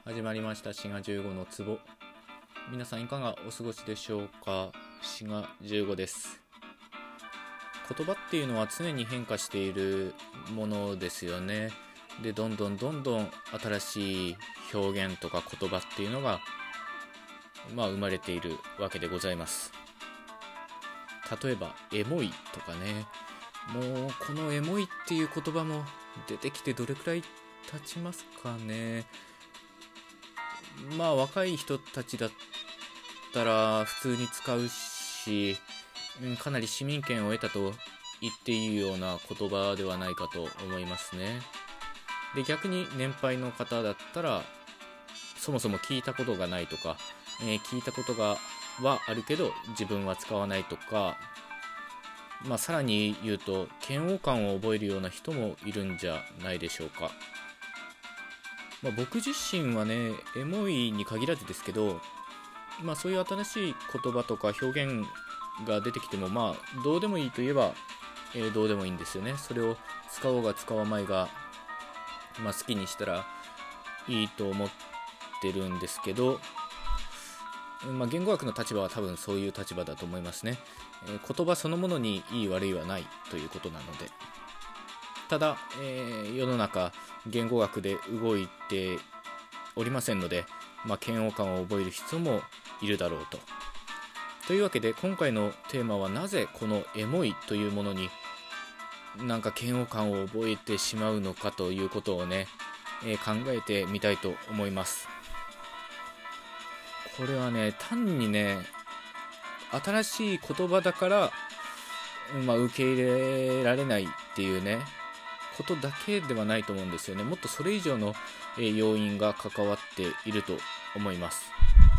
始まりました滋賀15の壺。皆さんいかがお過ごしでしょうか。滋賀15です。言葉っていうのは常に変化しているものですよね。でどんどん新しい表現とか言葉っていうのが生まれているわけでございます。例えばエモいとかね、もうこのエモいっていう言葉も出てきてどれくらい経ちますかね。若い人たちだったら普通に使うし、かなり市民権を得たと言っていいような言葉ではないかと思いますね。で逆に年配の方だったらそもそも聞いたことがないとか、聞いたことがはあるけど自分は使わないとか、さらに言うと嫌悪感を覚えるような人もいるんじゃないでしょうか。僕自身はね、エモいに限らずですけど、そういう新しい言葉とか表現が出てきてもどうでもいいといえば、どうでもいいんですよね。それを使おうが使わまいが、好きにしたらいいと思ってるんですけど、言語学の立場は多分そういう立場だと思いますね。言葉そのものにいい悪いはないということなので。ただ、世の中言語学で動いておりませんので、嫌悪感を覚える人もいるだろうというわけで、今回のテーマはなぜこのエモいというものに嫌悪感を覚えてしまうのかということをね、考えてみたいと思います。これはね、単にね、新しい言葉だから、受け入れられないっていうねことだけではないと思うんですよね。もっとそれ以上の要因が関わっていると思います。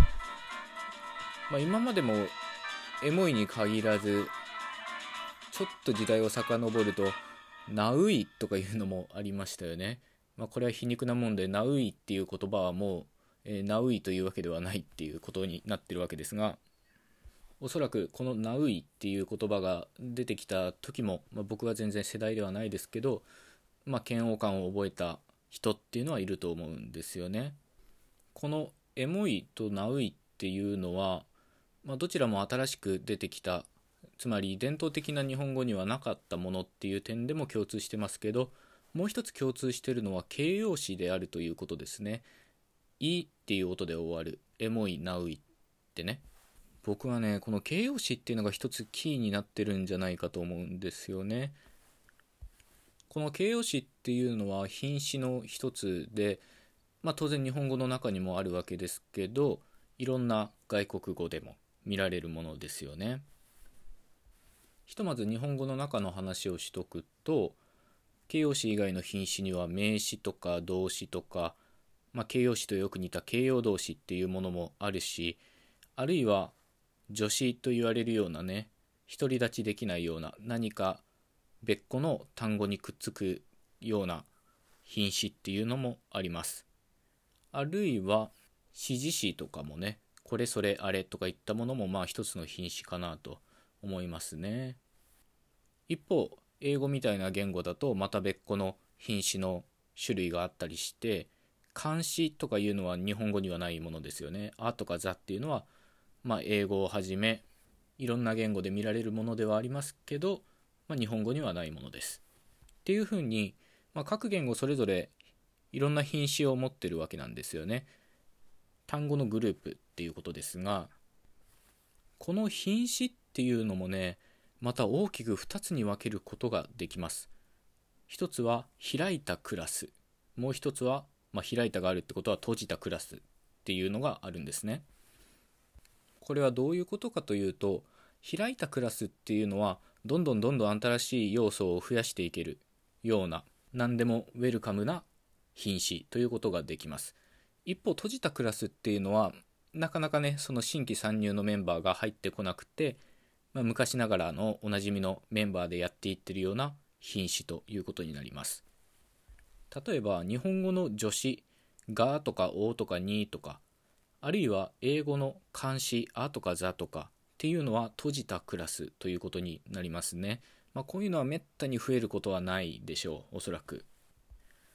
今までもエモいに限らず、ちょっと時代を遡るとナウイとかいうのもありましたよね。これは皮肉なもんで、ナウイっていう言葉はもう、ナウイというわけではないっていうことになってるわけですが、おそらくこのナウイっていう言葉が出てきた時も、僕は全然世代ではないですけど、嫌悪感を覚えた人っていうのはいると思うんですよね。このエモいとナウイっていうのは、どちらも新しく出てきた、つまり伝統的な日本語にはなかったものっていう点でも共通してますけど、もう一つ共通しているのは形容詞であるということですね。いっていう音で終わるエモいナウイってね、僕はね、この形容詞っていうのが一つキーになってるんじゃないかと思うんですよね。この形容詞っていうのは品詞の一つで、当然日本語の中にもあるわけですけど、いろんな外国語でも見られるものですよね。ひとまず日本語の中の話をしとくと、形容詞以外の品詞には名詞とか動詞とか、形容詞とよく似た形容動詞っていうものもあるし、あるいは助詞と言われるようなね、独り立ちできないような何か別個の単語にくっつくような品詞っていうのもあります。あるいは指示詞とかもね、これそれあれとかいったものも一つの品詞かなと思いますね。一方、英語みたいな言語だとまた別個の品詞の種類があったりして、冠詞とかいうのは日本語にはないものですよね。あとかざっていうのは、英語をはじめいろんな言語で見られるものではありますけど、日本語にはないものですっていうふうに、各言語それぞれいろんな品詞を持ってるわけなんですよね。単語のグループっていうことですが、この品詞っていうのもね、また大きく2つに分けることができます。一つは開いたクラス、もう一つは、開いたがあるってことは閉じたクラスっていうのがあるんですね。これはどういうことかというと、開いたクラスっていうのはどんどん新しい要素を増やしていけるような、何でもウェルカムな品詞ということができます。一方、閉じたクラスっていうのはなかなかね、その新規参入のメンバーが入ってこなくて、昔ながらのおなじみのメンバーでやっていってるような品詞ということになります。例えば日本語の助詞がとかおとかにとか、あるいは英語の冠詞あとかざとかっていうのは閉じたクラスということになりますね。こういうのはめったに増えることはないでしょう、おそらく。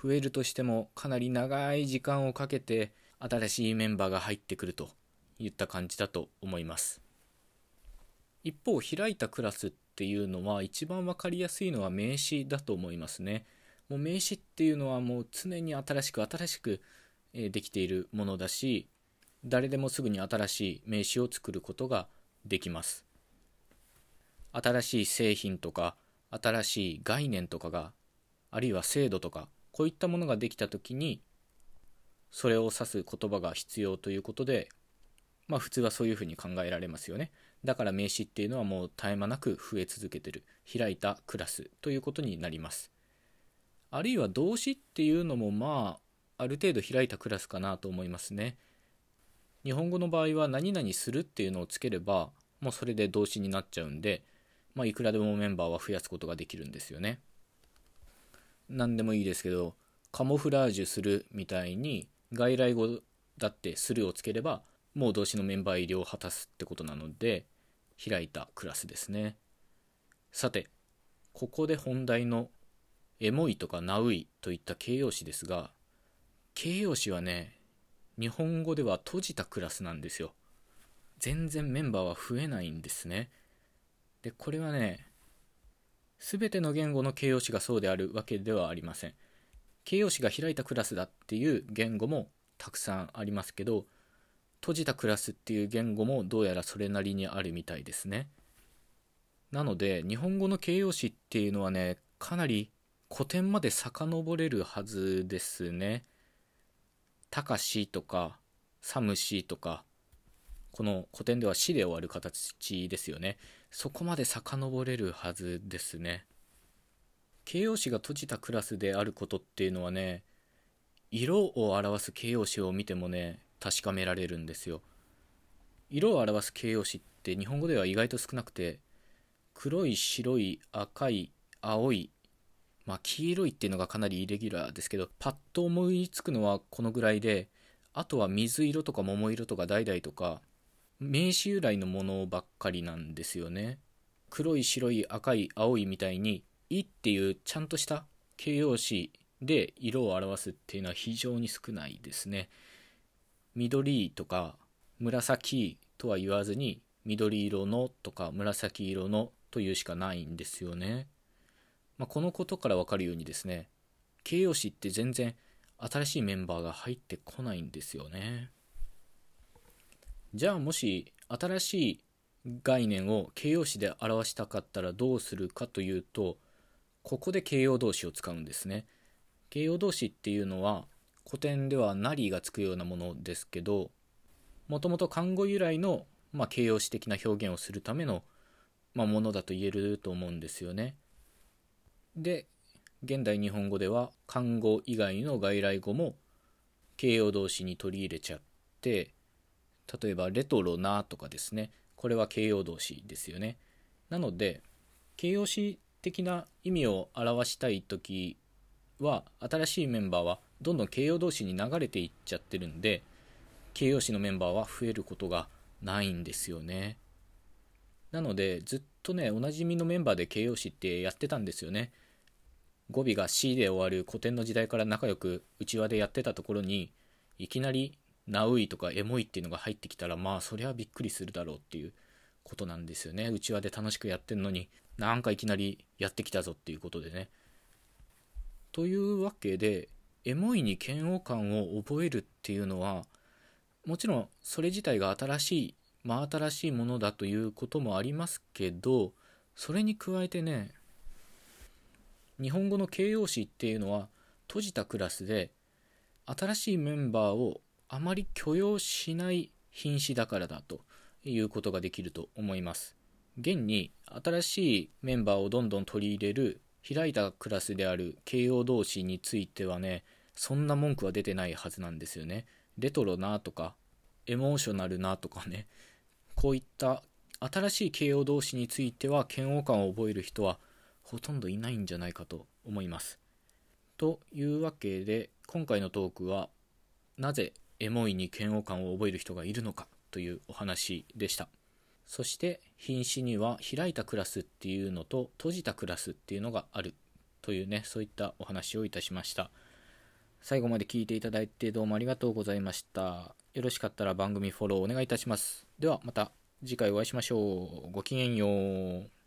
増えるとしてもかなり長い時間をかけて新しいメンバーが入ってくるといった感じだと思います。一方、開いたクラスっていうのは一番わかりやすいのは名詞だと思いますね。もう名詞っていうのはもう常に新しくできているものだし、誰でもすぐに新しい名詞を作ることができます。新しい製品とか新しい概念とかが、あるいは制度とか、こういったものができたときにそれを指す言葉が必要ということで、普通はそういうふうに考えられますよね。だから名詞っていうのはもう絶え間なく増え続けてる、開いたクラスということになります。あるいは動詞っていうのもある程度開いたクラスかなと思いますね。日本語の場合は何々するっていうのをつければもうそれで動詞になっちゃうんで、いくらでもメンバーは増やすことができるんですよね。何でもいいですけど、カモフラージュするみたいに外来語だってするをつければもう動詞のメンバー入りを果たすってことなので、開いたクラスですね。さて、ここで本題のエモいとかナウイといった形容詞ですが、形容詞はね、日本語では閉じたクラスなんですよ。全然メンバーは増えないんですね。で、これはね、全ての言語の形容詞がそうであるわけではありません。形容詞が開いたクラスだっていう言語もたくさんありますけど、閉じたクラスっていう言語もどうやらそれなりにあるみたいですね。なので日本語の形容詞っていうのはね、かなり古典まで遡れるはずですね。たかしとかさむしとか、この古典ではしで終わる形ですよね。そこまで遡れるはずですね。形容詞が閉じたクラスであることっていうのはね、色を表す形容詞を見てもね、確かめられるんですよ。色を表す形容詞って日本語では意外と少なくて、黒い、白い、赤い、青い、黄色いっていうのがかなりイレギュラーですけど、パッと思いつくのはこのぐらいで、あとは水色とか桃色とか橙とか名詞由来のものばっかりなんですよね。黒い、白い、赤い、青いみたいにいっていうちゃんとした形容詞で色を表すっていうのは非常に少ないですね。緑とか紫とは言わずに緑色のとか紫色のというしかないんですよね。このことから分かるようにですね、形容詞って全然新しいメンバーが入ってこないんですよね。じゃあもし新しい概念を形容詞で表したかったらどうするかというと、ここで形容動詞を使うんですね。形容動詞っていうのは古典ではなりがつくようなものですけど、もともと漢語由来の、形容詞的な表現をするための、ものだと言えると思うんですよね。で、現代日本語では漢語以外の外来語も形容動詞に取り入れちゃって、例えばレトロなとかですね、これは形容動詞ですよね。なので形容詞的な意味を表したいときは、新しいメンバーはどんどん形容動詞に流れていっちゃってるんで、形容詞のメンバーは増えることがないんですよね。なのでずっとね、おなじみのメンバーで形容詞ってやってたんですよね。語尾が C で終わる古典の時代から仲良く内輪でやってたところに、いきなりナウイとかエモいっていうのが入ってきたら、そりゃびっくりするだろうっていうことなんですよね。内輪で楽しくやってんのになんかいきなりやってきたぞっていうことでね。というわけで、エモいに嫌悪感を覚えるっていうのは、もちろんそれ自体が新しい、真新しいものだということもありますけど、それに加えてね、日本語の形容詞っていうのは閉じたクラスで、新しいメンバーをあまり許容しない品詞だからだということができると思います。現に新しいメンバーをどんどん取り入れる開いたクラスである形容動詞についてはね、そんな文句は出てないはずなんですよね。レトロなとかエモーショナルなとかね、こういった新しい形容動詞については嫌悪感を覚える人はほとんどいないんじゃないかと思います。というわけで、今回のトークはなぜエモいに嫌悪感を覚える人がいるのかというお話でした。そして品詞には開いたクラスっていうのと閉じたクラスっていうのがあるというね、そういったお話をいたしました。 最後まで聞いていただいてどうもありがとうございました。よろしかったら番組フォローお願いいたします。ではまた次回お会いしましょう。ごきげんよう。